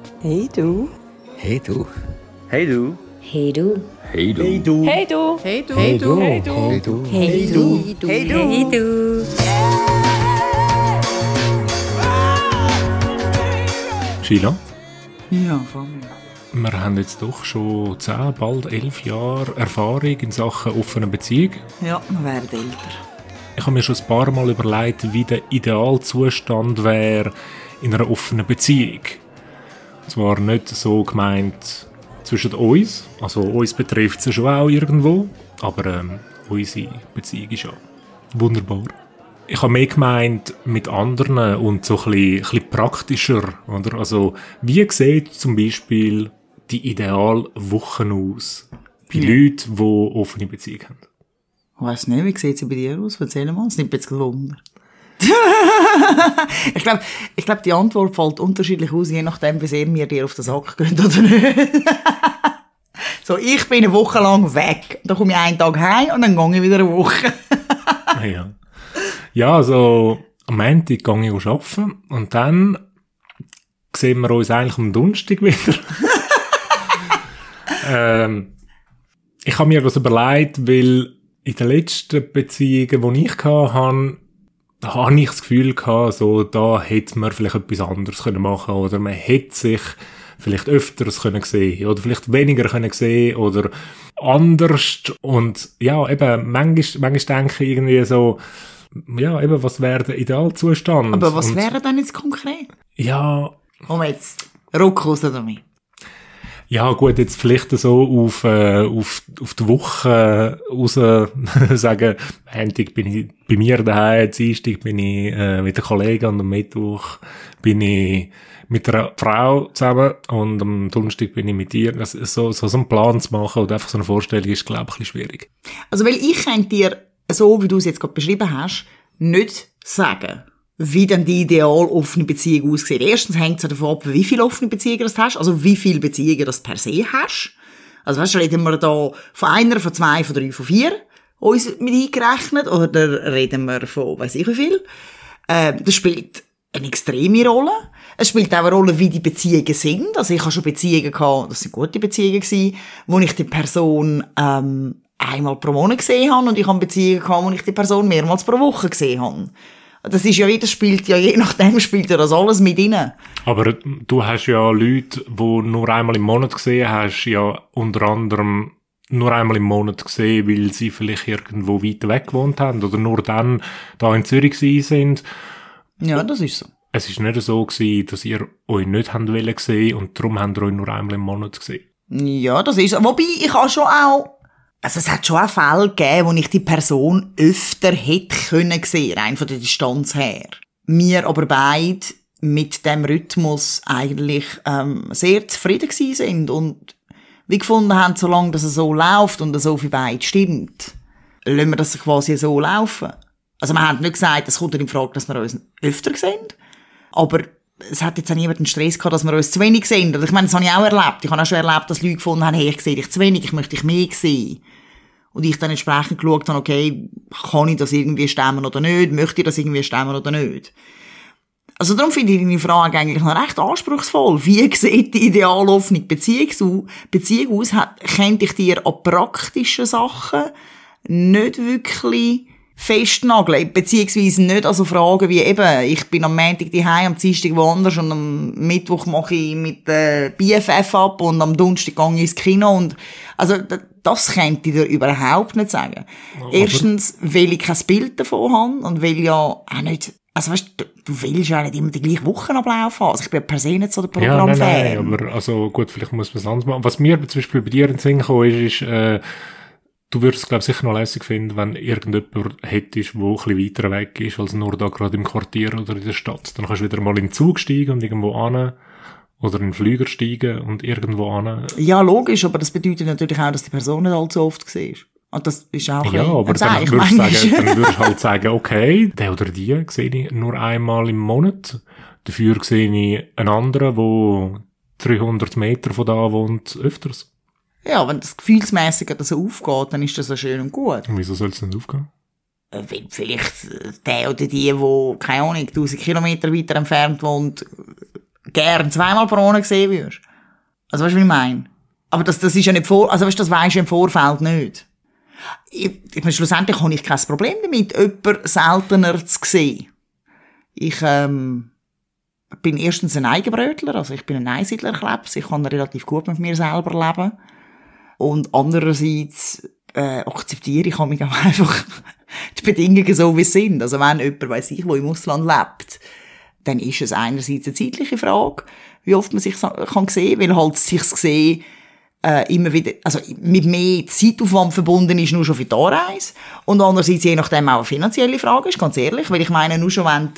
Hey du. Hey du. Hey du. Hey du. Hey du. Hey du. Hey du. Hey du. Hey du. Hey du. Hey du. Hey du. Hey du. Hey du. Sheila, Ja, von mir. wir haben jetzt doch schon 10, bald 11 Jahre Erfahrung in Sachen offener Beziehung. Ja, wir werden älter. Ich habe mir schon ein paar Mal überlegt, wie der Idealzustand wäre in einer offenen Beziehung. Und zwar nicht so gemeint zwischen uns, also uns betrifft es ja schon auch irgendwo, aber unsere Beziehung ist ja wunderbar. Ich habe mehr gemeint mit anderen und so ein bisschen praktischer, oder? Also, wie sieht zum Beispiel die Idealwoche aus bei Leuten, die offene Beziehung haben? Ich weiss nicht, wie sieht sie bei dir aus? Erzähl mal, es nimmt jetzt ein Wunder. ich glaub, die Antwort fällt unterschiedlich aus, je nachdem, wie sehr mir dir auf den Sack gehen oder nicht. So, ich bin eine Woche lang weg. Dann komme ich einen Tag heim und dann gehe ich wieder eine Woche. Ja. Ja, also am Montag gehe ich arbeiten und dann sehen wir uns eigentlich am Donnerstag wieder. Ich habe mir das überlegt, weil in den letzten Beziehungen, die ich hatte, habe ich das Gefühl gehabt, so, da hätte man vielleicht etwas anderes machen können oder man hätte sich vielleicht öfters können sehen oder vielleicht weniger können sehen oder anders. Und ja, eben, manchmal denke ich irgendwie so, ja, eben, was wäre der Idealzustand? Aber was wäre denn jetzt konkret? Ja, Komm jetzt, ruck raus damit. ja, gut, jetzt vielleicht so auf die Woche raus sagen, Montag bin ich bei mir daheim, Dienstag bin ich mit den Kollegen und am Mittwoch bin ich mit einer Frau zusammen und am Donnerstag bin ich mit dir. So einen Plan zu machen oder einfach so eine Vorstellung ist, glaube ich, ein bisschen schwierig. Also, weil ich könnte dir, so wie du es jetzt gerade beschrieben hast, nicht sagen, wie denn die ideal offene Beziehung aussieht. Erstens hängt es davon ab, wie viele offene Beziehungen du hast, also wie viele Beziehungen du per se hast. Also weißt du, reden wir da von einer, von zwei, von drei, von vier uns mit eingerechnet, oder reden wir von weiss ich wie viel. Das spielt eine extreme Rolle. Es spielt auch eine Rolle, wie die Beziehungen sind. Also ich habe schon Beziehungen gehabt, das sind gute Beziehungen gewesen, wo ich die Person einmal pro Monat gesehen habe und ich habe Beziehungen gehabt, wo ich die Person mehrmals pro Woche gesehen habe. Das ist ja, das spielt ja, je nachdem spielt ja das alles mit rein. Aber du hast ja Leute, die nur einmal im Monat gesehen hast, ja unter anderem nur einmal im Monat gesehen, weil sie vielleicht irgendwo weit weg gewohnt haben oder nur dann da in Zürich gewesen sind. Ja, das ist so. Es ist nicht so gewesen, dass ihr euch nicht habt wollen sehen und darum habt ihr euch nur einmal im Monat gesehen. Ja, das ist so. Wobei, ich habe schon auch, also es hat schon auch Fälle gegeben, wo ich die Person öfter hätte können sehen, rein von der Distanz her. Wir aber beide mit dem Rhythmus eigentlich sehr zufrieden gewesen sind und wie gefunden haben, solange das so läuft und so für beide stimmt, lassen wir das quasi so laufen. Also wir haben nicht gesagt, es kommt in Frage, dass wir uns öfter sehen, aber es hat jetzt auch niemand den Stress gehabt, dass wir uns zu wenig sehen. Ich meine, das habe ich auch erlebt. Ich habe auch schon erlebt, dass Leute gefunden haben, hey, ich sehe dich zu wenig, ich möchte dich mehr sehen. Und ich dann entsprechend geschaut habe, okay, kann ich das irgendwie stemmen oder nicht? Möchte ich das irgendwie stemmen oder nicht? Also darum finde ich deine Frage eigentlich noch recht anspruchsvoll. Wie sieht die ideal offene Beziehung aus? Könnte ich dir an praktischen Sachen nicht wirklich festnageln, beziehungsweise nicht also Fragen wie eben, ich bin am Montag daheim, am Dienstag woanders und am Mittwoch mache ich mit der BFF ab und am Donnerstag gehe ich ins Kino und also das könnte ich dir überhaupt nicht sagen. Aber erstens, weil ich kein Bild davon habe und weil ja auch nicht, also weißt du willst ja nicht immer die gleiche Wochenablauf haben. Also ich bin per se nicht so der Programmfan. Nein, aber also gut, vielleicht muss man es anders machen. Was mir zum Beispiel bei dir in den Sinn gekommen ist, du würdest es, glaube ich, sicher noch lässig finden, wenn irgendjemand hättest, der ein bisschen weiter weg ist, als nur da gerade im Quartier oder in der Stadt. Dann kannst du wieder mal in den Zug steigen und irgendwo hin oder in den Flüger steigen und irgendwo hin. Ja, logisch, aber das bedeutet natürlich auch, dass die Person nicht allzu oft war. Und das ist auch ja, aber dann würdest du halt sagen, okay, der oder die sehe ich nur einmal im Monat. Dafür sehe ich einen anderen, der 300 Meter von da wohnt, öfters. Ja, wenn das gefühlsmässig so aufgeht, dann ist das ja schön und gut. Und wieso soll es nicht aufgehen? Wenn vielleicht der oder die, keine Ahnung, 1000 Kilometer weiter entfernt wohnt, gern zweimal pro Monat sehen würdest. Also weißt du, was ich meine? Aber das ist ja nicht also weißt, das weisst du im Vorfeld nicht. Ich meine, schlussendlich habe ich kein Problem damit, jemanden seltener zu sehen. Ich bin erstens ein Eigenbrötler, also ich bin ein Einsiedlerklebs, ich kann relativ gut mit mir selber leben. Und andererseits akzeptiere ich mich auch einfach die Bedingungen so, wie sie sind. Also wenn jemand, weiss ich, der im Ausland lebt, dann ist es einerseits eine zeitliche Frage, wie oft man sich kann sehen, weil halt sich das Sehen immer wieder, also mit mehr Zeitaufwand verbunden ist, nur schon für die Anreise. Und andererseits je nachdem auch eine finanzielle Frage ist, ganz ehrlich, weil ich meine, nur schon wenn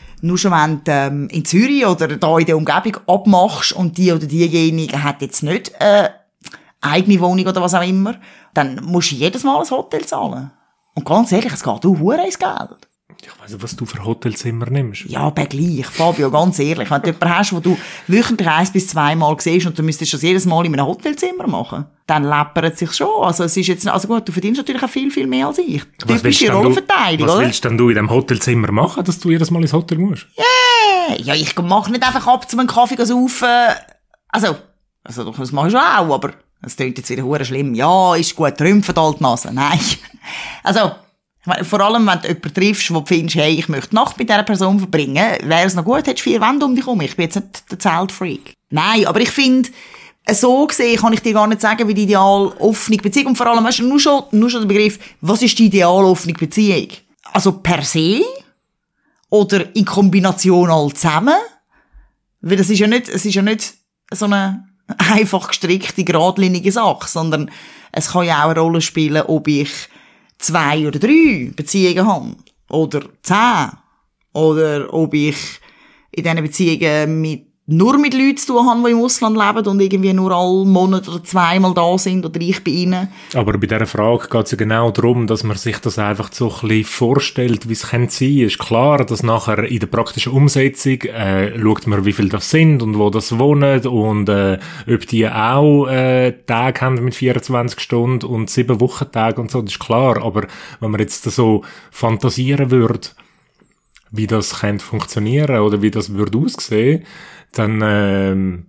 du in Zürich oder da in der Umgebung abmachst und die oder diejenige hat jetzt nicht eigene Wohnung oder was auch immer, dann musst du jedes Mal ein Hotel zahlen. Und ganz ehrlich, es geht auch hure ins Geld. Ich weiss nicht, was du für Hotelzimmer nimmst. Ja, aber gleich, Fabio, ganz ehrlich. Wenn du jemanden hast, wo du wöchentlich 1 bis 2 Mal siehst und du müsstest das jedes Mal in einem Hotelzimmer machen, dann läppert es sich schon. Also es ist jetzt, also gut, du verdienst natürlich auch viel, viel mehr als ich. Typische Rollenverteilung, oder? Was willst denn du in diesem Hotelzimmer machen, dass du jedes Mal ins Hotel musst? Ja, ich mache nicht einfach ab, um einen Kaffee zu saufen. Also das mache ich schon auch, aber das klingt jetzt wieder hure schlimm. Ja, ist gut, rümpfen halt die Nase. Nein. Also, ich meine, vor allem, wenn du jemanden triffst, wo du findest, hey, ich möchte die Nacht mit dieser Person verbringen, wäre es noch gut, hättest du 4 Wände um dich herum. Ich bin jetzt nicht der Zeltfreak. Nein, aber ich finde, so gesehen kann ich dir gar nicht sagen, wie die ideal offene Beziehung, und vor allem, weißt du, nur schon der Begriff, was ist die ideal offene Beziehung? Also per se? Oder in Kombination all zusammen? Weil es ist ja nicht so eine einfach gestrickte, geradlinige Sache, sondern es kann ja auch eine Rolle spielen, ob ich 2 oder 3 Beziehungen habe. Oder 10. Oder ob ich in diesen Beziehungen nur mit Leuten zu tun habe, die im Ausland leben und irgendwie nur alle Monate oder 2-mal da sind oder ich bei ihnen. Aber bei dieser Frage geht es ja genau darum, dass man sich das einfach so ein bisschen vorstellt, wie es sein könnte. Ist klar, dass nachher in der praktischen Umsetzung schaut man, wie viele das sind und wo das wohnen und ob die auch Tage haben mit 24 Stunden und 7 Wochentage und so, das ist klar. Aber wenn man jetzt so fantasieren würde, wie das könnte funktionieren oder wie das würde aussehen, dann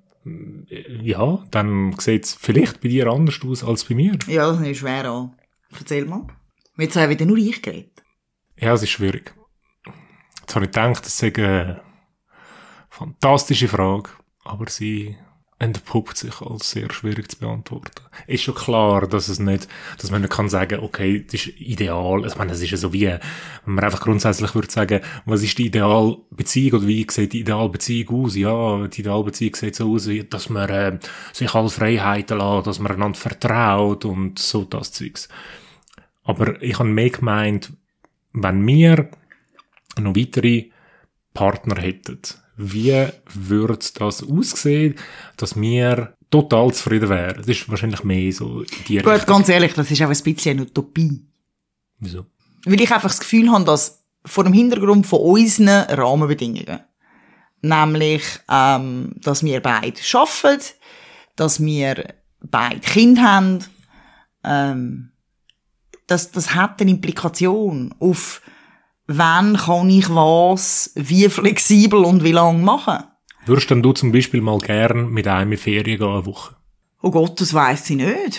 sieht es vielleicht bei dir anders aus als bei mir. Ja, das ist schwer an. Erzähl mal. Jetzt habe wieder nur ich geredet. Ja, es ist schwierig. Jetzt habe ich gedacht, das ist eine fantastische Frage, aber sie entpuppt sich als sehr schwierig zu beantworten. Ist schon klar, dass man nicht kann sagen, okay, das ist ideal. Ich meine, das ist ja so wie, wenn man einfach grundsätzlich würde sagen, was ist die Idealbeziehung oder wie sieht die Idealbeziehung aus? Ja, die Idealbeziehung sieht so aus, dass man sich alle Freiheiten lässt, dass man einander vertraut und so das Zeugs. Aber ich habe mehr gemeint, wenn wir noch weitere Partner hätten, wie würde das aussehen, dass wir total zufrieden wären? Das ist wahrscheinlich mehr so in die Richtung. Gut, ganz ehrlich, das ist auch ein bisschen eine Utopie. Wieso? Weil ich einfach das Gefühl habe, dass vor dem Hintergrund von unseren Rahmenbedingungen, nämlich, dass wir beide arbeiten, dass wir beide Kinder haben, das hat eine Implikation auf, wann kann ich was, wie flexibel und wie lang machen. Würdest denn du zum Beispiel mal gern mit einem in Ferien gehen, eine Woche? Oh Gott, das weiss ich nicht.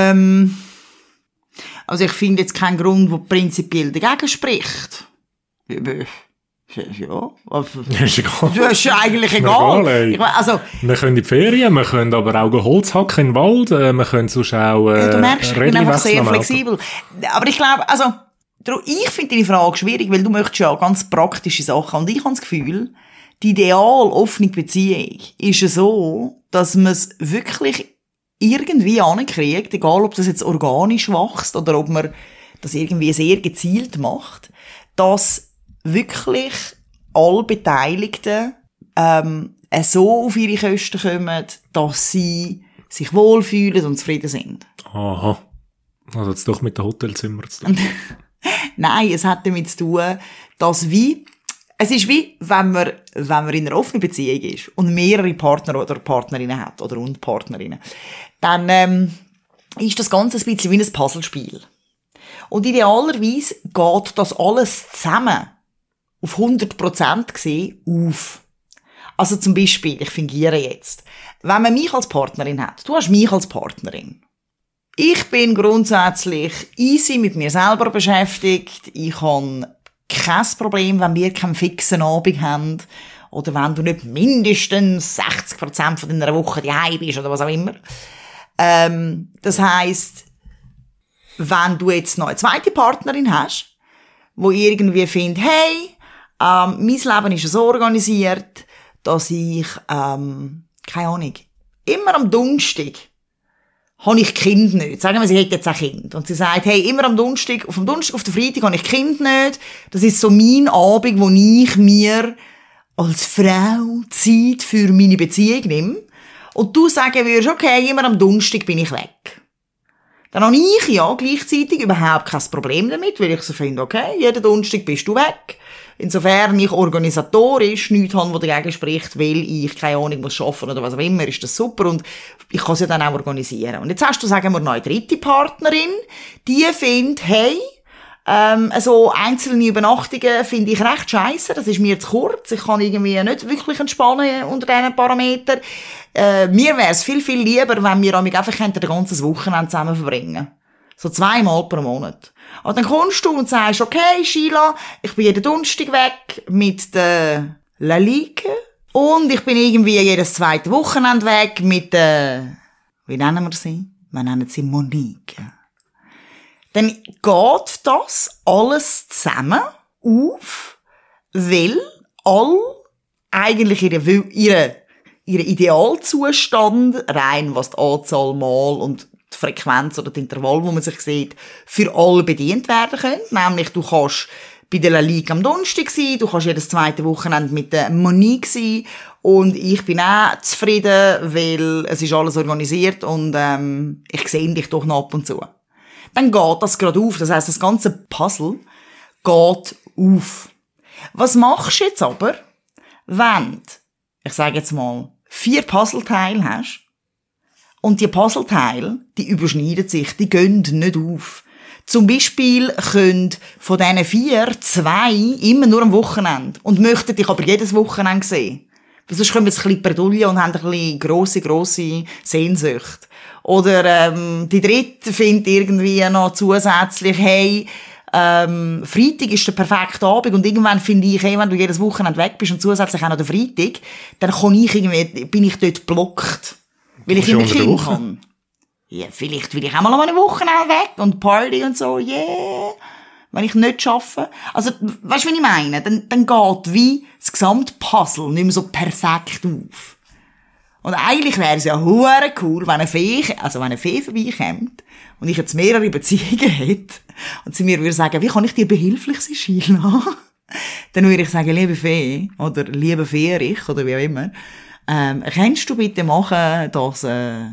Also ich finde jetzt keinen Grund, der prinzipiell dagegen spricht. Ja, also, ist egal. Das ist eigentlich egal. Also, wir können in die Ferien, wir können aber auch Holz hacken im Wald, wir können sonst auch du merkst, ich bin einfach sehr flexibel. Aber ich glaube, also ich finde deine Frage schwierig, weil du möchtest ja ganz praktische Sachen. Und ich habe das Gefühl, die ideal offene Beziehung ist ja so, dass man es wirklich irgendwie ankriegt, egal ob das jetzt organisch wächst oder ob man das irgendwie sehr gezielt macht, dass wirklich alle Beteiligten so auf ihre Kosten kommen, dass sie sich wohlfühlen und zufrieden sind. Aha. Also jetzt doch mit dem Hotelzimmer zu tun. Nein, es hat damit zu tun, dass es ist wie, wenn man in einer offenen Beziehung ist und mehrere Partner oder Partnerinnen hat, oder und Partnerinnen, dann ist das Ganze ein bisschen wie ein Puzzlespiel. Und idealerweise geht das alles zusammen auf 100% gesehen auf. Also zum Beispiel, ich fingiere jetzt, wenn man mich als Partnerin hat, du hast mich als Partnerin. Ich bin grundsätzlich easy mit mir selber beschäftigt. Ich habe kein Problem, wenn wir keinen fixen Abend haben oder wenn du nicht mindestens 60% von deiner Woche daheim bist oder was auch immer. Das heisst, wenn du jetzt noch eine zweite Partnerin hast, wo irgendwie findet, hey, mein Leben ist so organisiert, dass ich, keine Ahnung, immer am Donnerstag habe ich Kind nicht. Sagen wir, sie hat jetzt ein Kind. Und sie sagt, hey, immer am Donnerstag, auf den Freitag habe ich Kind nicht. Das ist so mein Abend, wo ich mir als Frau Zeit für meine Beziehung nehme. Und du sagen würdest, okay, immer am Donnerstag bin ich weg. Dann habe ich ja gleichzeitig überhaupt kein Problem damit, weil ich so finde, okay, jeden Donnerstag bist du weg. Insofern ich organisatorisch nichts habe, was dagegen spricht, weil ich, keine Ahnung, muss arbeiten oder was auch immer, ist das super und ich kann es ja dann auch organisieren. Und jetzt hast du, sagen wir, noch eine dritte Partnerin, die findet, hey, so einzelne Übernachtungen finde ich recht scheisse, das ist mir zu kurz, ich kann irgendwie nicht wirklich entspannen unter diesen Parametern. Mir wäre es viel, viel lieber, wenn wir einfach ein ganzes Wochenende zusammen verbringen. So 2-mal pro Monat. Und dann kommst du und sagst, okay, Sheila, ich bin jeden Donnerstag weg mit der Lalike und ich bin irgendwie jedes zweite Wochenende weg mit der, wie nennen wir sie? Wir nennen sie Monique. Dann geht das alles zusammen auf, weil all eigentlich ihre Idealzustand, rein was die Anzahl Mal und die Frequenz oder die Intervall, wo man sich sieht, für alle bedient werden können. Nämlich, du kannst bei der Ligue am Donnerstag sein, du kannst jedes zweite Wochenende mit der Monique sein und ich bin auch zufrieden, weil es ist alles organisiert und ich sehe dich doch noch ab und zu. Dann geht das gerade auf. Das heisst, das ganze Puzzle geht auf. Was machst du jetzt aber, wenn du, ich sage jetzt mal, 4 Puzzleteile hast und die Puzzleteile, die überschneiden sich, die gehen nicht auf. Zum Beispiel können von diesen 4 2 immer nur am Wochenende und möchten dich aber jedes Wochenende sehen. Weil sonst kommen wir ein bisschen Bredouille und haben ein bisschen grosse Sehnsucht. Oder die dritte findet irgendwie noch zusätzlich, hey, Freitag ist der perfekte Abend und irgendwann finde ich, hey, wenn du jedes Wochenende weg bist und zusätzlich auch noch der Freitag, dann bin ich dort blockt. Weil ich immer Kind kann. Ja, vielleicht will ich auch mal an einem Wochenende weg und Party und so, yeah. Wenn ich nicht arbeite. Also, weißt du, was ich meine? Dann geht wie das gesamte Puzzle nicht mehr so perfekt auf. Und eigentlich wäre es ja hure cool, wenn eine Fee vorbeikommt und ich jetzt mehrere Beziehungen hätte und sie mir würde sagen, wie kann ich dir behilflich sein, Sheila? Dann würde ich sagen, liebe Fee oder liebe Feerich oder wie auch immer, kannst du bitte machen, dass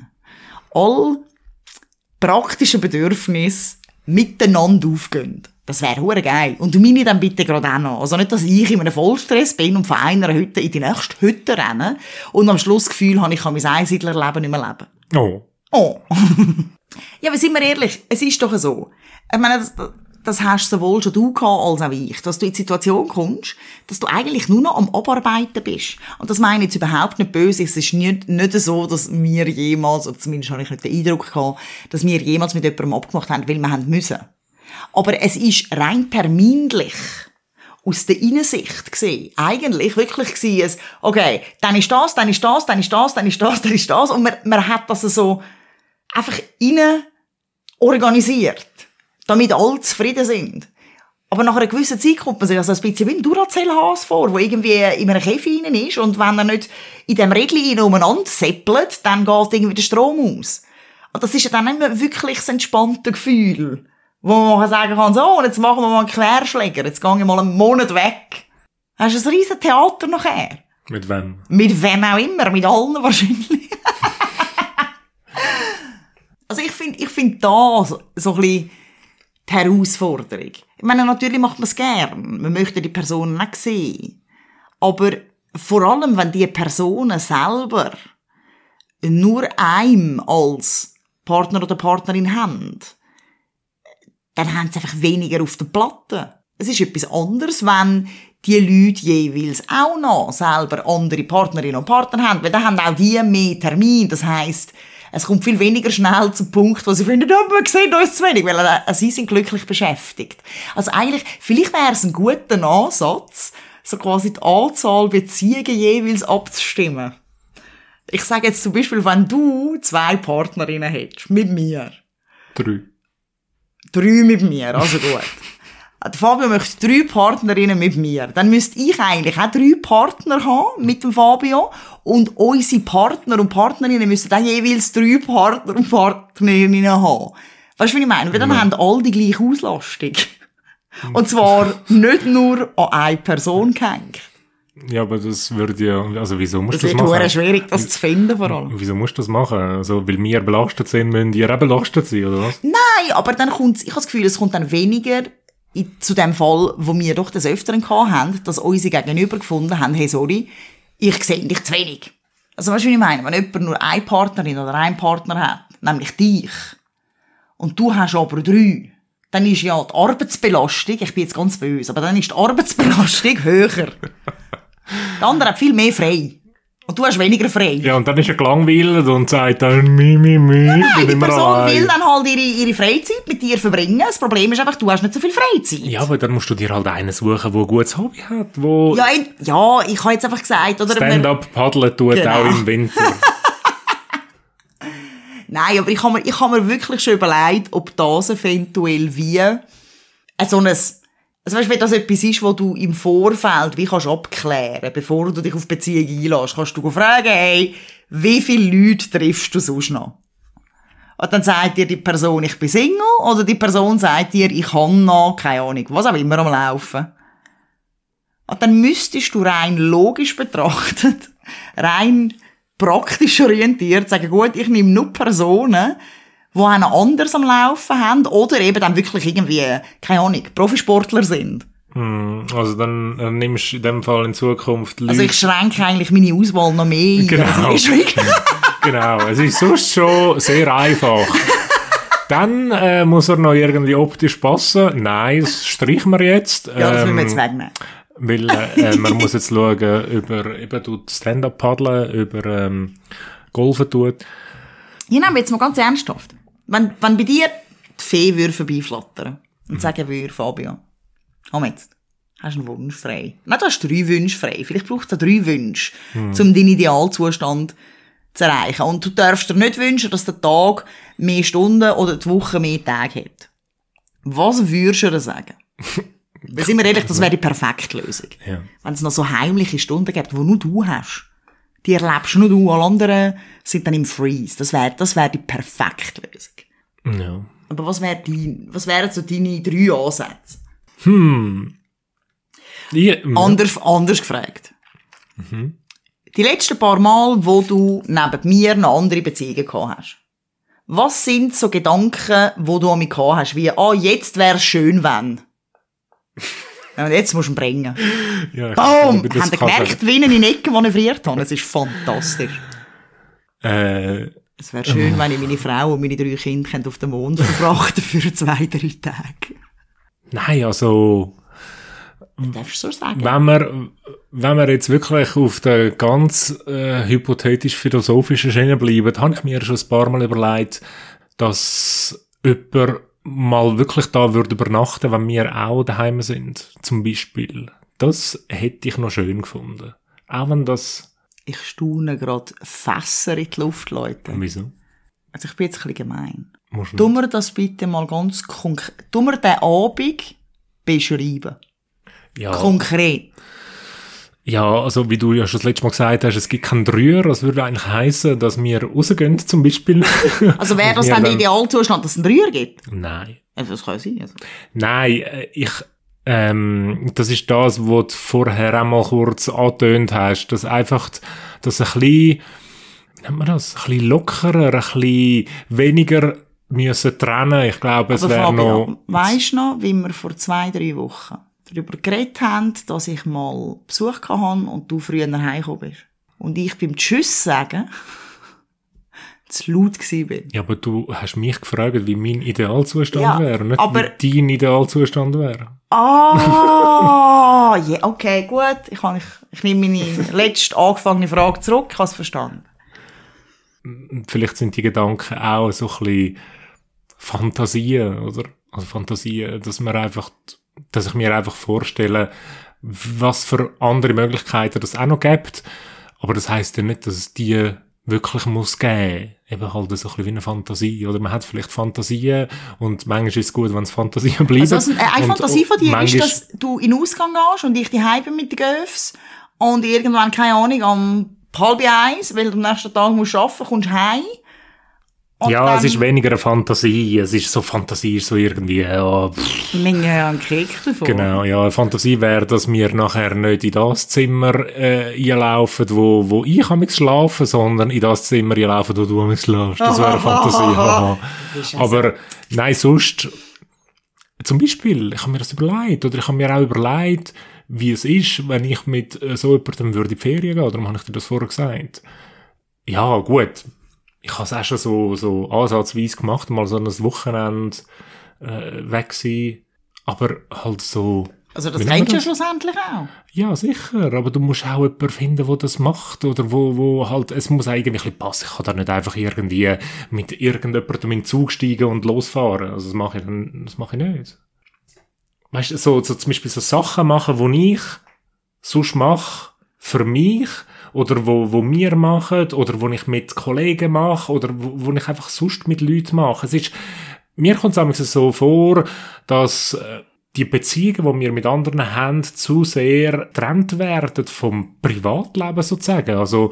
all praktischen Bedürfnisse miteinander aufgehen. Das wäre hure geil. Und du meine dann bitte gerade auch noch. Also nicht, dass ich in einem Vollstress bin und von einer Hütte in die nächste Hütte renne und am Schluss das Gefühl habe, ich kann mein Einsiedlerleben nicht mehr leben. Oh. Oh. Ja, aber sind wir ehrlich, es ist doch so. Ich meine, das hast sowohl schon du gehabt, als auch ich, dass du in die Situation kommst, dass du eigentlich nur noch am Abarbeiten bist. Und das meine ich jetzt überhaupt nicht böse. Es ist nicht so, dass wir jemals, oder zumindest habe ich nicht den Eindruck gehabt, dass wir jemals mit jemandem abgemacht haben, weil wir haben müssen. Aber es ist rein terminlich, aus der Innensicht gesehen, eigentlich wirklich gewesen, okay, dann ist das, dann ist das, dann ist das, dann ist das, dann ist das, und man hat das so einfach innen organisiert, damit alle zufrieden sind. Aber nach einer gewissen Zeit kommt man sich also ein bisschen wie ein Duracell-Hase vor, der irgendwie in einem Käfig rein ist, und wenn er nicht in dem Rädchen umeinander seppelt, dann geht irgendwie der Strom aus. Und das ist ja dann nicht mehr wirklich das entspannte Gefühl, wo man sagen kann, so, und jetzt machen wir mal einen Querschläger, jetzt gehe ich mal einen Monat weg. Hast du ein riesen Theater nachher? Mit wem? Mit wem auch immer, mit allen wahrscheinlich. Also ich find da so ein bisschen die Herausforderung. Ich meine, natürlich macht man es gern. Man möchte die Personen auch sehen. Aber vor allem, wenn die Personen selber nur einem als Partner oder Partnerin haben, dann haben sie einfach weniger auf der Platte. Es ist etwas anderes, wenn die Leute jeweils auch noch selber andere Partnerinnen und Partner haben, weil dann haben auch die mehr Termin. Das heisst, es kommt viel weniger schnell zum Punkt, wo sie finden, oh, wir sehen uns zu wenig, weil sie sind glücklich beschäftigt. Also eigentlich, vielleicht wäre es ein guter Ansatz, so quasi die Anzahl Beziehungen jeweils abzustimmen. Ich sage jetzt zum Beispiel, wenn du 2 Partnerinnen hättest, mit mir. 3 mit mir, also gut. Der Fabio möchte 3 Partnerinnen mit mir. Dann müsste ich eigentlich auch 3 Partner haben mit dem Fabio. Und unsere Partner und Partnerinnen müssten dann jeweils 3 Partner und Partnerinnen haben. Weißt du, wie ich meine? Weil dann haben alle die gleiche Auslastung. Und zwar nicht nur an eine Person gehängt. Ja, aber das würde ja, also wieso musst du das das machen? Es wird schwierig, das zu finden, vor allem. Wieso musst du das machen? Also, weil wir belastet sind, müssen die auch belastet sein, oder was? Nein, aber dann kommt's, ich habe das Gefühl, es kommt dann weniger zu dem Fall, wo wir doch des Öfteren gehabt haben, dass unsere Gegenüber gefunden haben, hey, sorry, ich sehe dich zu wenig. Also, weißt du, wie ich meine? Wenn jemand nur eine Partnerin oder einen Partner hat, nämlich dich, und du hast aber 3, dann ist ja die Arbeitsbelastung, ich bin jetzt ganz böse, aber dann ist die Arbeitsbelastung höher. Der andere hat viel mehr frei. Und du hast weniger frei. Ja, und dann ist er gelangweilt und sagt dann, Nein, die Person will dann halt ihre Freizeit mit dir verbringen. Das Problem ist einfach, du hast nicht so viel Freizeit. Ja, aber dann musst du dir halt einen suchen, der ein gutes Hobby hat, wo Ja, ich habe jetzt einfach gesagt, oder? Stand-up paddeln tut, Genau. auch im Winter. Nein, aber ich habe mir wirklich schon überlegt, ob das eventuell wie so ein, also weißt du, wenn das etwas ist, wo du im Vorfeld wie kannst abklären, bevor du dich auf Beziehung einlässt, kannst du fragen, hey, wie viele Leute triffst du sonst noch? Und dann sagt dir die Person, ich bin Single, oder die Person sagt dir, ich habe noch, keine Ahnung, was auch immer am Laufen. Und dann müsstest du rein logisch betrachtet, rein praktisch orientiert sagen, gut, ich nehme nur Personen, die einen anders am Laufen haben oder eben dann wirklich irgendwie, keine Ahnung, Profisportler sind. Also dann nimmst du in dem Fall in Zukunft Leute... Also ich schränke eigentlich meine Auswahl noch mehr ein. Genau. Genau, es ist sonst schon sehr einfach. Dann muss er noch irgendwie optisch passen. Nein, das streichen wir jetzt. Ja, das müssen wir jetzt wegnehmen. Weil man muss jetzt schauen, über eben tut Stand-up paddeln, über Golfen tut. Ich nehme jetzt mal ganz ernsthaft. Wenn bei dir die Fee würde vorbeiflattern und sagen würde, Fabio, komm jetzt, hast du einen Wunsch frei. Nein, du hast 3 Wünsche frei. Vielleicht braucht es 3 Wünsche, um deinen Idealzustand zu erreichen. Und du darfst dir nicht wünschen, dass der Tag mehr Stunden oder die Woche mehr Tage hat. Was würdest du dir sagen? Weil sind wir ehrlich, das wäre die perfekte Lösung. Ja. Wenn es noch so heimliche Stunden gibt, die nur du hast. Die erlebst nur du, alle anderen sind dann im Freeze. Das wäre die perfekte Lösung. Ja. Aber was wären so deine 3 Ansätze? Anders gefragt. Die letzten paar Mal, wo du neben mir noch andere Beziehungen gehabt hast. Was sind so Gedanken, die du an mich gehabt hast? Wie, jetzt wäre es schön, wenn. Und jetzt musst du ihn bringen. Ja, Boom! Habt ihr gemerkt, wie ich in Ecken manövriert habe? Es ist fantastisch. Es wäre schön, wenn ich meine Frau und meine 3 Kinder auf den Mond verfrachten für 2-3 Tage. Nein, also... Darfst du so sagen? Wenn wir jetzt wirklich auf der ganz hypothetisch-philosophischen Schiene bleiben, habe ich mir schon ein paar Mal überlegt, dass jemand mal wirklich da würde übernachten, wenn wir auch daheim sind, zum Beispiel. Das hätte ich noch schön gefunden. Auch wenn das... Ich staune gerade Fässer in die Luft, Leute. Wieso? Also ich bin jetzt ein bisschen gemein. Musst du Tu mir das bitte mal ganz konkret... Tu mir den Abend beschreiben. Ja. Konkret. Ja, also wie du ja schon das letzte Mal gesagt hast, es gibt keinen Dreier. Das würde eigentlich heissen, dass wir rausgehen zum Beispiel. Also wäre das dann der Idealzustand, dass es einen Dreier gibt? Nein. Also das kann sein. Also. Nein, das ist das, was du vorher einmal kurz angetönt hast, dass einfach, dass ein bisschen, wie nennt man das, ein bisschen lockerer, ein bisschen weniger müssen trennen. Ich glaube, es wäre noch... Weisst du noch, wie wir vor 2-3 Wochen darüber geredet haben, dass ich mal Besuch hatte und du früher heimgekommen bist? Und ich beim Tschüss sagen zu laut war. Ja, aber du hast mich gefragt, wie mein Idealzustand Ja, wäre, nicht aber- wie dein Idealzustand wäre. Ah, ja, okay, gut. Ich nehme meine letzte angefangene Frage zurück. Ich habe es verstanden. Vielleicht sind die Gedanken auch so ein bisschen Fantasien, oder? Also Fantasien, dass ich mir einfach vorstelle, was für andere Möglichkeiten es auch noch gibt. Aber das heisst ja nicht, dass es die wirklich muss geben. Eben halt so ein bisschen wie eine Fantasie. Oder man hat vielleicht Fantasien und manchmal ist es gut, wenn es Fantasien bleiben. Also, eine Und Fantasie von dir manchmal- ist, dass du in den Ausgang gehst und ich daheim bin mit den Göfs und irgendwann, keine Ahnung, um 12:30, weil du am nächsten Tag musst arbeiten, kommst heim. Und Ja, dann, es ist weniger eine Fantasie. Es ist so, Fantasie ist so irgendwie, ja, Menge an Krieg davon. genau, ja, eine Fantasie wäre, dass wir nachher nicht in das Zimmer einlaufen, wo ich amigs schlafe, sondern in das Zimmer einlaufen, wo du amigs schlafst. Das wäre eine Fantasie. Haha. Aber nein, sonst, zum Beispiel, ich habe mir das überlegt, oder ich habe mir auch überlegt, wie es ist, wenn ich mit so jemandem würde in die Ferien gehen, darum habe ich dir das vorher gesagt. Ja, gut. Ich habe es auch schon so ansatzweise gemacht, mal so ein Wochenende weg sein. Aber halt so... Also das Wie nennt kennst du man ja schlussendlich auch. Ja, sicher. Aber du musst auch jemanden finden, der das macht. Oder wo halt... Es muss eigentlich ein bisschen passen. Ich kann da nicht einfach irgendwie mit irgendjemandem in den Zug steigen und losfahren. Also das mache ich nicht. Weißt du, so zum Beispiel so Sachen machen, die ich sonst mache, für mich... Oder wo wir machen, oder wo ich mit Kollegen mache, oder wo ich einfach sonst mit Leuten mache. Mir kommt es so vor, dass die Beziehungen, die wir mit anderen haben, zu sehr getrennt werden vom Privatleben sozusagen. Also,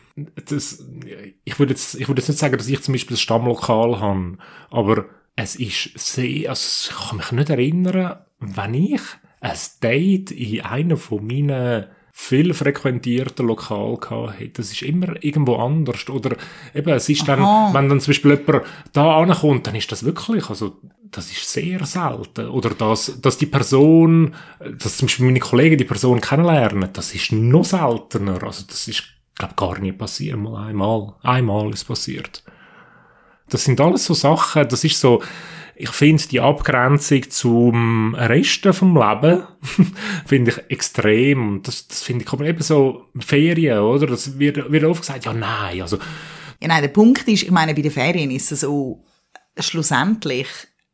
ich würde jetzt nicht sagen, dass ich zum Beispiel ein Stammlokal habe, aber es ist sehr, also ich kann mich nicht erinnern, wenn ich ein Date in einer von meinen viel frequentierten Lokal hatte. Das ist immer irgendwo anders. Oder eben, es ist dann, wenn dann zum Beispiel jemand da ankommt, dann ist das wirklich, also, das ist sehr selten. Oder dass die Person, dass zum Beispiel meine Kollegen die Person kennenlernen, das ist noch seltener. Also, das ist, glaube gar nie passiert. Einmal ist passiert. Das sind alles so Sachen, das ist so, ich finde die Abgrenzung zum Rest vom Leben finde ich extrem. Und das finde ich eben so Ferien, oder? Das wird oft gesagt, ja, nein, also. Ja, nein, der Punkt ist, ich meine, bei den Ferien ist es so, schlussendlich,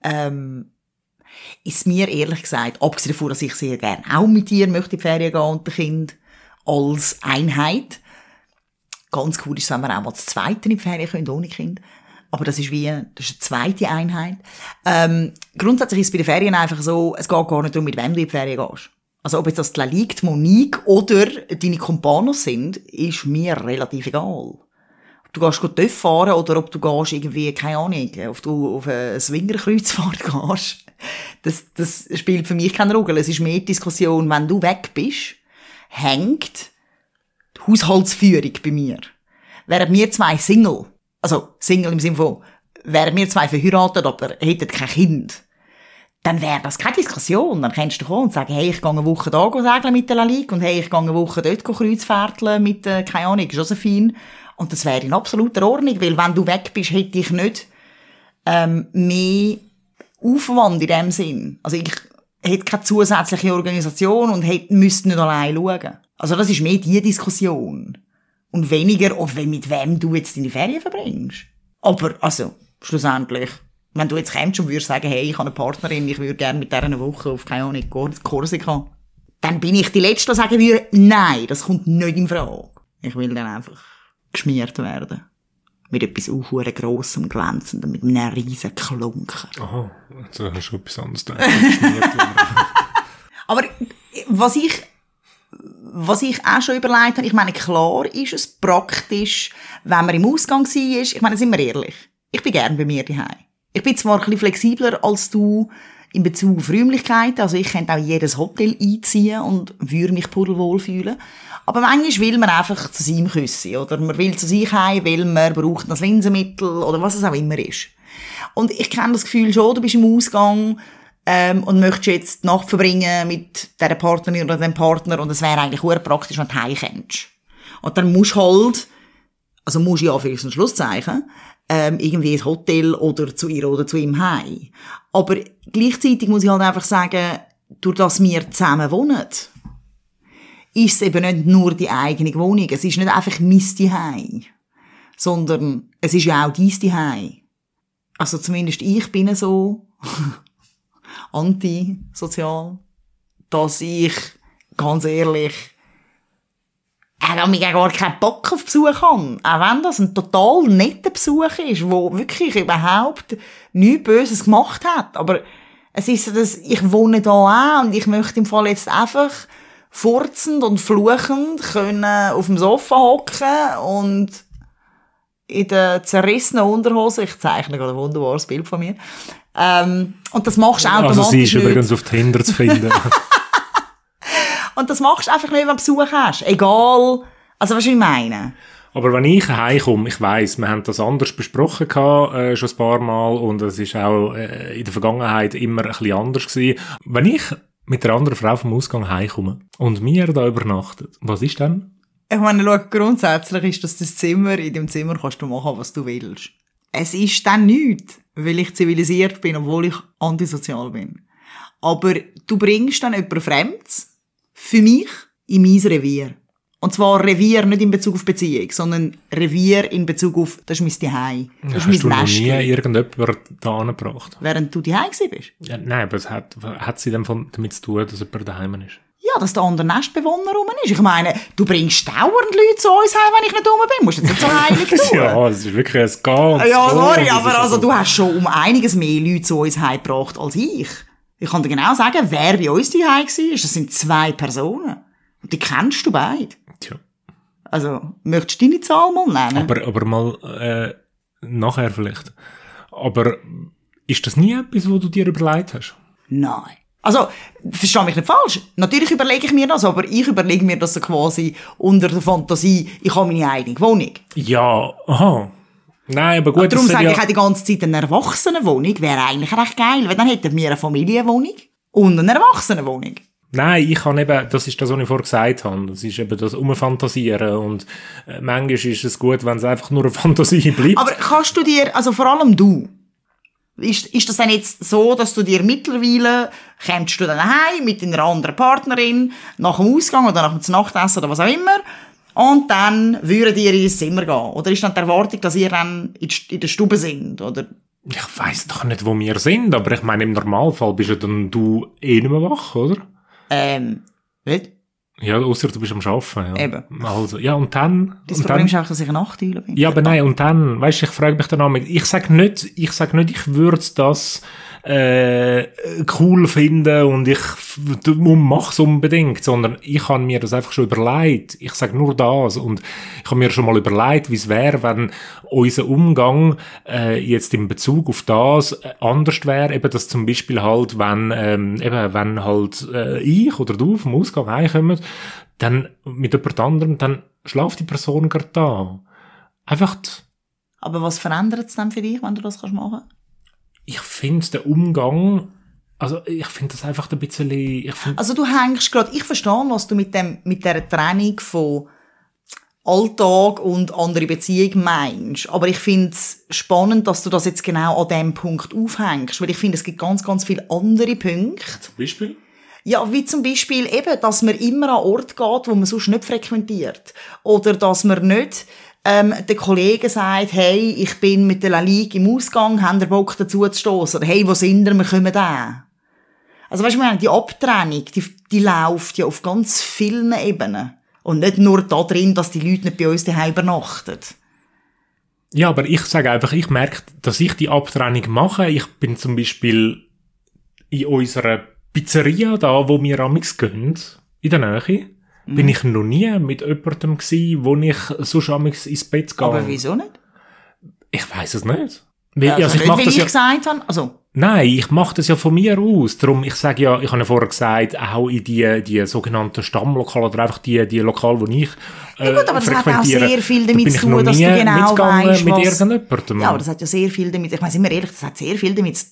ist mir ehrlich gesagt, abgesehen davon, dass ich sehr gerne auch mit dir möchte in die Ferien gehen und den Kind als Einheit. Ganz cool ist es, wenn wir auch mal das Zweite in die Ferien können, ohne Kind. Aber das ist eine zweite Einheit. Grundsätzlich ist es bei den Ferien einfach so, es geht gar nicht darum, mit wem du in die Ferien gehst. Also ob jetzt das die Liegt, Monique oder deine Kompanos sind, ist mir relativ egal. Ob du gehst TÜV fahren oder ob du gehst irgendwie, keine Ahnung, ob du auf eine Swingerkreuzfahrt gehst. Das spielt für mich keine Rolle. Es ist mehr die Diskussion, wenn du weg bist, hängt die Haushaltsführung bei mir. Während wir zwei Single im Sinne von, wären wir zwei verheiratet, aber hätten kein Kind, dann wäre das keine Diskussion. Dann kannst du kommen und sagen, hey, ich gehe eine Woche da segeln mit der Lalique und hey, ich gehe eine Woche dort Kreuzfahrteln mit, keine Ahnung, Josephine. Und das wäre in absoluter Ordnung, weil wenn du weg bist, hätte ich nicht mehr Aufwand in dem Sinn. Also ich hätte keine zusätzliche Organisation und müsste nicht allein schauen. Also das ist mehr die Diskussion. Und weniger, mit wem du jetzt deine Ferien verbringst. Aber, also, schlussendlich, wenn du jetzt kommst und würdest sagen, hey, ich habe eine Partnerin, ich würde gerne mit der eine Woche auf, keine Ahnung, Korsika, dann bin ich die Letzte, die sagen würde, nein, das kommt nicht in Frage. Ich will dann einfach geschmiert werden. Mit etwas auch Grossem, Glänzendem, mit einem riesen Klunker. Aha, jetzt hast du schon etwas anderes gedacht. Aber, was ich auch schon überlegt habe, ich meine, klar ist es praktisch, wenn man im Ausgang war, ich meine, sind wir ehrlich, ich bin gern bei mir daheim. Ich bin zwar ein bisschen flexibler als du in Bezug auf Räumlichkeiten, also ich könnte auch jedes Hotel einziehen und würde mich pudelwohl fühlen, aber manchmal will man einfach zu seinem Küssi, oder man will zu sich heim, weil man braucht das Linsenmittel, oder was es auch immer ist. Und ich kenne das Gefühl schon, du bist im Ausgang, und möchtest jetzt die Nacht verbringen mit dieser Partnerin oder dem Partner und es wäre eigentlich sehr praktisch, wenn du heimkommst. Und dann musst du halt also musst du ja für ein Schlusszeichen, irgendwie ins Hotel oder zu ihr oder zu ihm heim. Aber gleichzeitig muss ich halt einfach sagen, durch das wir zusammen wohnen, ist es eben nicht nur die eigene Wohnung. Es ist nicht einfach mein Zuhause, sondern es ist ja auch dein Zuhause. Also zumindest ich bin so antisozial, dass ich, ganz ehrlich, ich gar keinen Bock auf Besuch habe. Auch wenn das ein total netter Besuch ist, wo wirklich überhaupt nichts Böses gemacht hat. Aber es ist so, dass ich wohne da auch und ich möchte im Fall jetzt einfach furzend und fluchend können auf dem Sofa hocken und in der zerrissenen Unterhose, ich zeichne gerade ein wunderbares Bild von mir, und das machst du automatisch Also sie ist nicht. übrigens auf Tinder zu finden. Und das machst du einfach nicht, wenn du Besuch hast. Egal, also was ich meine. Aber wenn ich heimkomme, ich weiss, wir haben das anders besprochen gehabt, schon ein paar Mal, und es ist auch in der Vergangenheit immer ein bisschen anders gewesen. Wenn ich mit einer anderen Frau vom Ausgang heimkomme und wir da übernachtet, was ist dann? Ich meine, schau, grundsätzlich ist das Zimmer, in dem Zimmer kannst du machen, was du willst. Es ist dann nichts, weil ich zivilisiert bin, obwohl ich antisozial bin. Aber du bringst dann jemanden Fremdes für mich in mein Revier. Und zwar Revier nicht in Bezug auf Beziehung, sondern Revier in Bezug auf, das ist mein Zuhause. Das ist Hast du mein noch Nest. nie irgendjemanden da angebracht? Während du daheim bist. Ja, nein, aber es hat sie dann damit zu tun, dass jemand daheim ist? Ja, dass der andere Nestbewohner rum ist. Ich meine, du bringst dauernd Leute zu uns heim, wenn ich nicht rum bin. Musst du jetzt nicht so heilig tun. Ja, es ist wirklich ein ganz... Ja, sorry, aber ist also, du hast schon um einiges mehr Leute zu uns heimgebracht als ich. Ich kann dir genau sagen, wer bei uns daheim war. Das sind 2 Personen. Und die kennst du beide. Tja. Also, möchtest du deine Zahl mal nennen? Aber mal nachher vielleicht. Aber ist das nie etwas, wo du dir überlegt hast? Nein. Also, versteh mich nicht falsch. Natürlich überlege ich mir das, aber ich überlege mir das so quasi unter der Fantasie, ich habe meine eigene Wohnung. Ja, aha. Nein, aber gut. Und darum das sage ja ich auch die ganze Zeit, eine Erwachsenenwohnung wäre eigentlich recht geil, weil dann hätten wir eine Familienwohnung und eine Erwachsenenwohnung. Nein, ich kann eben, das ist das, was ich vorher gesagt habe. Das ist eben das Umfantasieren. Und manchmal ist es gut, wenn es einfach nur eine Fantasie bleibt. Aber kannst du dir, also vor allem du, ist das dann jetzt so, dass du dir mittlerweile, kommst du dann heim mit deiner anderen Partnerin, nach dem Ausgang oder nach dem Nachtessen oder was auch immer, und dann würdet ihr ins Zimmer gehen? Oder ist dann die Erwartung, dass ihr dann in der Stube sind? Oder? Ich weiss doch nicht, wo wir sind, aber ich meine, im Normalfall bist ja dann du nicht mehr wach, oder? Nicht? Ja, ausser du bist am Arbeiten. Ja. Eben. Also, ja, und dann... Das und Problem dann, ist auch, dass ich Nachteile bin. ja, aber nein, und dann, weisst du, ich frage mich dann auch, ich sag nicht, ich würde das cool finden und ich mach's unbedingt, sondern ich habe mir das einfach schon überlegt. Ich sag nur das und ich habe mir schon mal überlegt, wie es wäre, wenn unser Umgang jetzt in Bezug auf das anders wäre, eben dass zum Beispiel halt, wenn halt ich oder du vom Ausgang heimkommen, dann mit jemand anderem, dann schlaft die Person gerade da. Einfach Aber was verändert es dann für dich, wenn du das machen kannst? Ich finde den Umgang, also ich finde das einfach ein bisschen, also du hängst gerade, ich verstehe, was du mit dieser Trennung von Alltag und andere Beziehung meinst, aber ich finde es spannend, dass du das jetzt genau an diesem Punkt aufhängst, weil ich finde, es gibt ganz, ganz viele andere Punkte. Zum Beispiel? Ja, wie zum Beispiel eben, dass man immer an Ort geht, wo man sonst nicht frequentiert. Oder dass man nicht den Kollegen sagt, hey, ich bin mit der Lalique im Ausgang, habt ihr Bock dazu zu stossen? Oder hey, wo sind ihr, wir kommen da. Also weißt du, die Abtrennung, die läuft ja auf ganz vielen Ebenen. Und nicht nur da drin, dass die Leute nicht bei uns daheim übernachten. Ja, aber ich sage einfach, ich merke, dass ich die Abtrennung mache. Ich bin zum Beispiel in unserer Pizzeria da, wo wir amigs gehen, in der Nähe, bin ich noch nie mit jemandem gsi, wo ich sonst amigs ins Bett gehe. Aber wieso nicht? Ich weiss es nicht. Also ich mache das ja. Gesagt habe, also. Nein, ich mache das ja von mir aus. Darum, ich sage ja, ich habe ja vorher gesagt, auch in die sogenannten Stammlokale oder einfach die Lokale, wo ich ja gut, aber das hat auch frequentiere, sehr viel damit da zu tun, dass du genau weißt, mit was... irgendjemandem. Ja, aber das hat ja sehr viel damit, ich meine, sind wir ehrlich, das hat sehr viel damit zu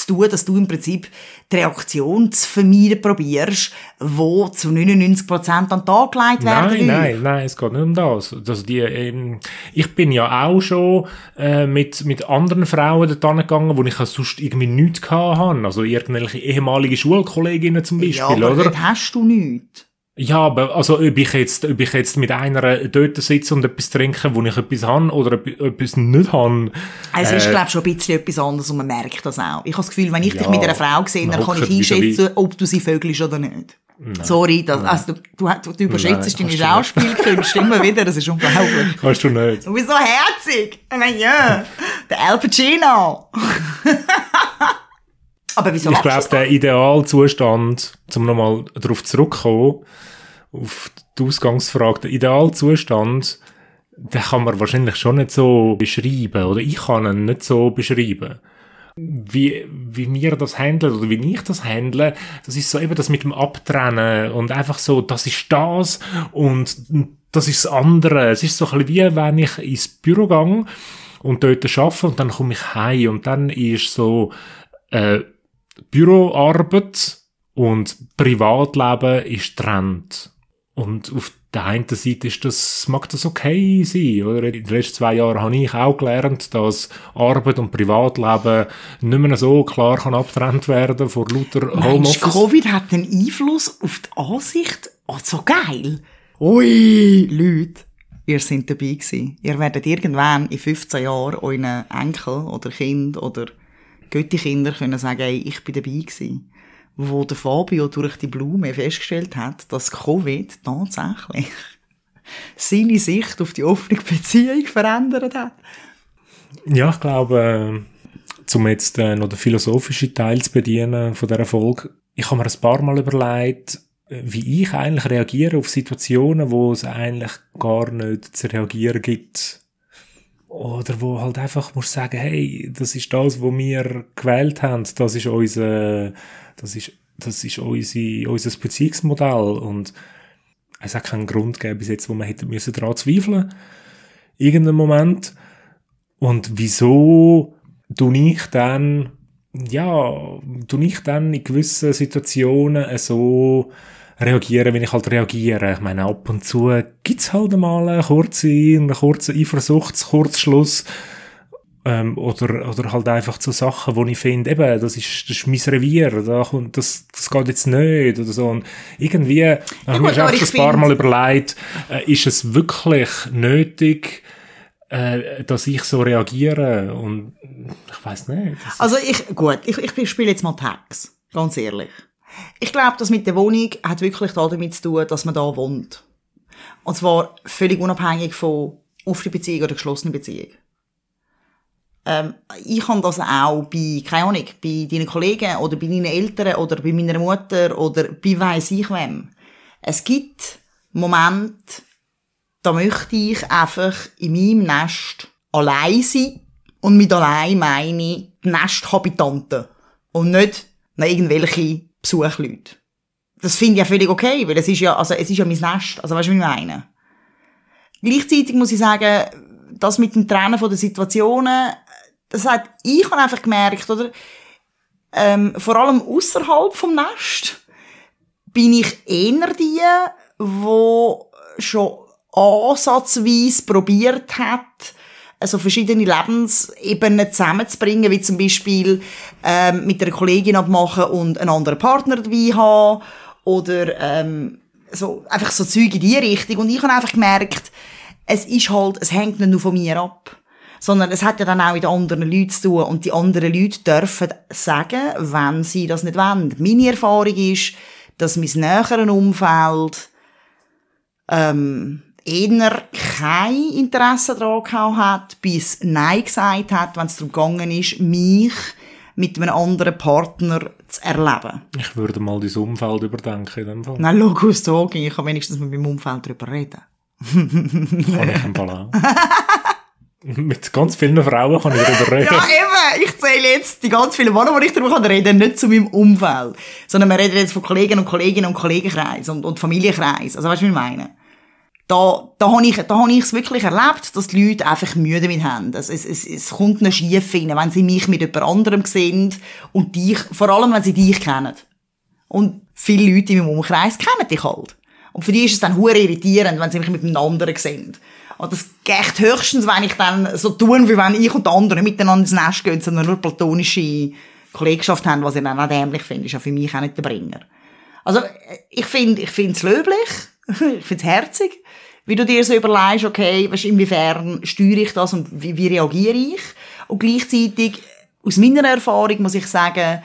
tun, dass du im Prinzip die Reaktion zu vermeiden probierst, die zu 99% an den Tag gelegt werden. Nein, es geht nicht um das. Also ich bin ja auch schon mit anderen Frauen dort angegangen, wo ich sonst irgendwie nichts hatte. Also irgendwelche ehemalige Schulkolleginnen zum Beispiel, ja, aber oder? dort hast du nichts. Ja, aber also ob ich jetzt mit einer dort sitze und etwas trinke, wo ich etwas habe oder etwas nicht habe. Es ist, glaube ich, schon ein bisschen etwas anderes und man merkt das auch. Ich habe das Gefühl, wenn ich dich mit einer Frau sehe, dann kann ich einschätzen, ob du sie vögelst oder nicht. Nein. Sorry, also du überschätzt deine Schauspielkünste immer wieder, das ist unglaublich. Kannst du nicht. Du bist so herzig. Ich meine, ja, der Al Pacino. Aber wieso ich glaube, der Idealzustand, um nochmal darauf zurückzukommen, auf die Ausgangsfrage, der Idealzustand, den kann man wahrscheinlich schon nicht so beschreiben, oder ich kann ihn nicht so beschreiben. Wie wir das handeln, oder wie ich das handle, das ist so eben das mit dem Abtrennen und einfach so, das ist das und das ist das andere. Es ist so ein bisschen wie, wenn ich ins Büro gehe und dort arbeite und dann komme ich heim und dann ist so, Büroarbeit und Privatleben ist getrennt. Und auf der einen Seite mag das okay sein, oder? In den letzten 2 Jahren habe ich auch gelernt, dass Arbeit und Privatleben nicht mehr so klar kann abgetrennt werden von lauter Homeoffice. Covid hat einen Einfluss auf die Ansicht? Oh, so geil! Ui, Leute, ihr seid dabei gewesen. Ihr werdet irgendwann in 15 Jahren euren Enkel oder Kind oder Götti-Kinder können sagen, ey, ich bin dabei gewesen, wo der Fabio durch die Blume festgestellt hat, dass Covid tatsächlich seine Sicht auf die offene Beziehung verändert hat. Ja, ich glaube, um jetzt noch den philosophischen Teil zu bedienen von dieser Folge, ich habe mir ein paar Mal überlegt, wie ich eigentlich reagiere auf Situationen, wo es eigentlich gar nicht zu reagieren gibt. Oder wo halt einfach musst sagen, hey, das ist das, was wir gewählt haben, das ist unser Beziehungsmodell und es hat keinen Grund gegeben bis jetzt, wo man hätte müssen daran zweifeln, irgendeinen Moment. Und wieso tue ich dann in gewissen Situationen so reagieren, wenn ich halt reagiere. Ich meine, ab und zu gibt's halt mal einen kurzen Eifersuchtskurzschluss, oder halt einfach so Sachen, wo ich finde, eben, das ist mein Revier, das geht jetzt nicht, oder so. Und irgendwie, habe ich mir einfach ein paar Mal überlegt, ist es wirklich nötig, dass ich so reagiere? Und ich weiss nicht. Also ich spiele jetzt mal Tags, ganz ehrlich. Ich glaube, das mit der Wohnung hat wirklich damit zu tun, dass man da wohnt. Und zwar völlig unabhängig von offener Beziehung oder geschlossener Beziehung. Ich habe das auch bei deinen Kollegen oder bei deinen Eltern oder bei meiner Mutter oder bei weiss ich wem. Es gibt Momente, da möchte ich einfach in meinem Nest allein sein. Und mit allein meine ich die Nesthabitanten. Und nicht irgendwelche Besuchleute. Das finde ich ja völlig okay, weil es ist ja mein Nest. Also weißt du, was ich meine? Gleichzeitig muss ich sagen, das mit dem Trennen von den Situationen, ich habe einfach gemerkt, oder? Vor allem ausserhalb vom Nest bin ich eher die schon ansatzweise probiert hat, also verschiedene Lebensebenen zusammenzubringen, wie zum Beispiel mit einer Kollegin abmachen und einen anderen Partner dabei haben oder so einfach so Zeug in die Richtung. Und ich habe einfach gemerkt, es hängt nicht nur von mir ab, sondern es hat ja dann auch mit anderen Leuten zu tun und die anderen Leute dürfen sagen, wenn sie das nicht wollen. Meine Erfahrung ist, dass mein näheres Umfeld eher kein Interesse daran gehabt hat, bis Nein gesagt hat, wenn es darum gegangen ist, mich mit einem anderen Partner zu erleben. Ich würde mal dein Umfeld überdenken in dem Fall. Nein, Logos Talking, ich kann wenigstens mit meinem Umfeld darüber reden. Kann ich im Fall auch. Mit ganz vielen Frauen kann ich darüber reden. Ja, eben. Ich zähle jetzt die ganz vielen Männer, wo ich darüber reden kann, nicht zu meinem Umfeld. Sondern wir reden jetzt von Kollegen und Kolleginnen und Kollegenkreis und Familienkreis. Also weißt du, was ich meine? Da habe ich es wirklich erlebt, dass die Leute einfach Mühe damit haben. Es kommt noch schief rein, wenn sie mich mit jemand anderem sehen und dich, vor allem wenn sie dich kennen. Und viele Leute in meinem Umkreis kennen dich halt. Und für die ist es dann hure irritierend, wenn sie mich mit einem anderen sehen. Und das geht höchstens, wenn ich dann so tun, wie wenn ich und der andere miteinander ins Nest gehen, sondern nur platonische Kollegschaft haben, was ich dann auch dämlich finde, ist ja für mich auch nicht der Bringer. Also, ich finde es löblich, ich finde es herzig, wie du dir so überlegst, okay, weißt, inwiefern steuere ich das und wie reagiere ich? Und gleichzeitig, aus meiner Erfahrung muss ich sagen,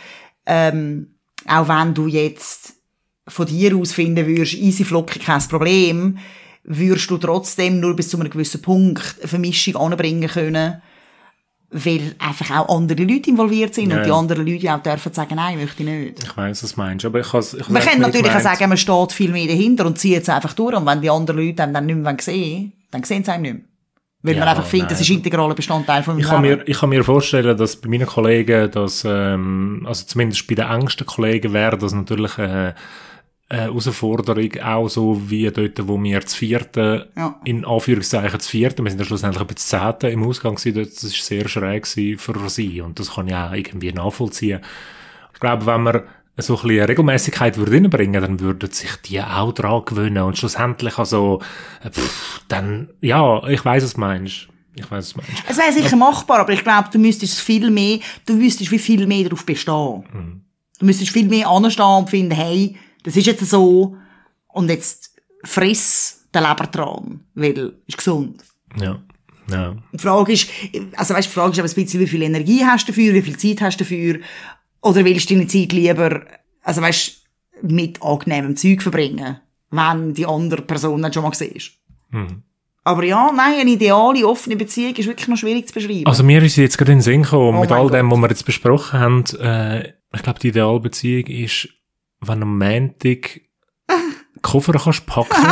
auch wenn du jetzt von dir aus finden würdest, easy flockig, kein Problem, würdest du trotzdem nur bis zu einem gewissen Punkt eine Vermischung anbringen können, weil einfach auch andere Leute involviert sind und die anderen Leute auch dürfen sagen, nein, möchte ich nicht. Ich weiss, was du meinst, aber man kann natürlich auch sagen, man steht viel mehr dahinter und zieht es einfach durch, und wenn die anderen Leute dann nicht mehr sehen, dann sehen sie einen nicht mehr. Weil man einfach findet, das ist integraler Bestandteil von meinem Leben. Ich kann mir vorstellen, dass bei meinen Kollegen, dass, also zumindest bei den engsten Kollegen wäre das natürlich eine Herausforderung, auch so wie dort, wo wir das vierte, in Anführungszeichen das vierte, wir sind ja schlussendlich etwa das 10. im Ausgang gewesen, das war sehr schräg für sie, und das kann ich auch irgendwie nachvollziehen. Ich glaube, wenn man so ein bisschen Regelmäßigkeit reinbringen, dann würden sich die auch dran gewöhnen, und schlussendlich also, dann, ja, ich weiss, was du meinst. Es wäre sicher machbar, aber ich glaube, du müsstest viel mehr darauf bestehen. Mhm. Du müsstest viel mehr anstehen und finden, hey, das ist jetzt so, und jetzt friss den Lebertran, weil ist gesund. Ja. Die Frage ist aber ein bisschen, wie viel Energie hast du dafür, wie viel Zeit hast du dafür, oder willst du deine Zeit lieber, also weißt, mit angenehmem Zeug verbringen, wenn die andere Person nicht schon mal siehst. Mhm. Aber ja, nein, eine ideale, offene Beziehung ist wirklich noch schwierig zu beschreiben. Also mir ist jetzt gerade in den Sinn gekommen, mit all dem, was wir jetzt besprochen haben, ich glaube, die ideale Beziehung ist, wenn du am Montag Koffer kannst packen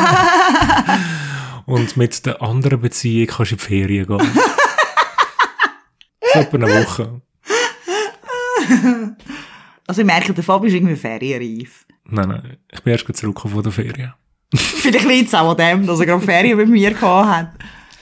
und mit der anderen Beziehung kannst du in die Ferien gehen. So etwa eine Woche. Also ich merke, der Fabio ist irgendwie ferienreif. Nein, ich bin erst zurückgekommen von der Ferien. Vielleicht liegt es auch an dem, dass er gerade Ferien mit mir gehabt hat.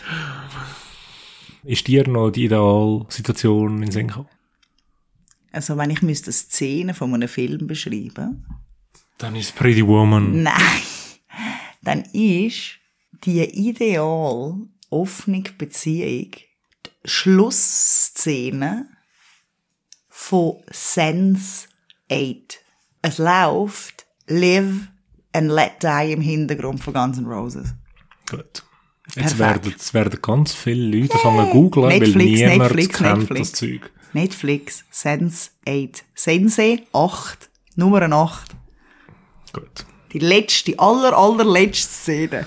Ist dir noch die ideale Situation in den Sinn gekommen? Also wenn ich müsste eine Szene von einem Film beschreiben, dann ist Pretty Woman. Nein. Dann ist die ideal offene Beziehung die Schlussszene von Sense8. Es läuft Live and Let Die im Hintergrund von Guns N' Roses. Gut. Jetzt werden ganz viele Leute anfangen googeln, weil niemand kennt das Zeug. Netflix, Sense8. Sense 8, Nummer 8. Gut. Die allerletzte Szene.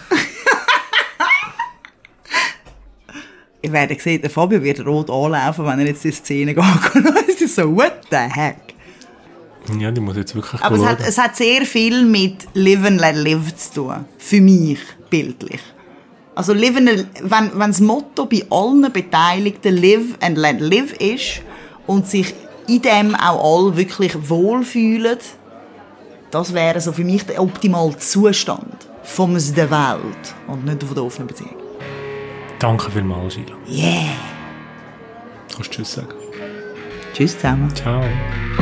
Ich werde sehen, der Fabio wird rot anlaufen, wenn er jetzt die Szene geht. Es ist so, what the heck? Ja, die muss jetzt wirklich aber es hat sehr viel mit Live and Let Live zu tun. Für mich, bildlich. Also, wenn das Motto bei allen Beteiligten Live and Let Live ist und sich in dem auch alle wirklich wohlfühlen, das wäre so für mich der optimale Zustand von der Welt und nicht von der offenen Beziehung. Danke vielmals, Sheila. Yeah! Kannst du Tschüss sagen? Tschüss zusammen. Ciao.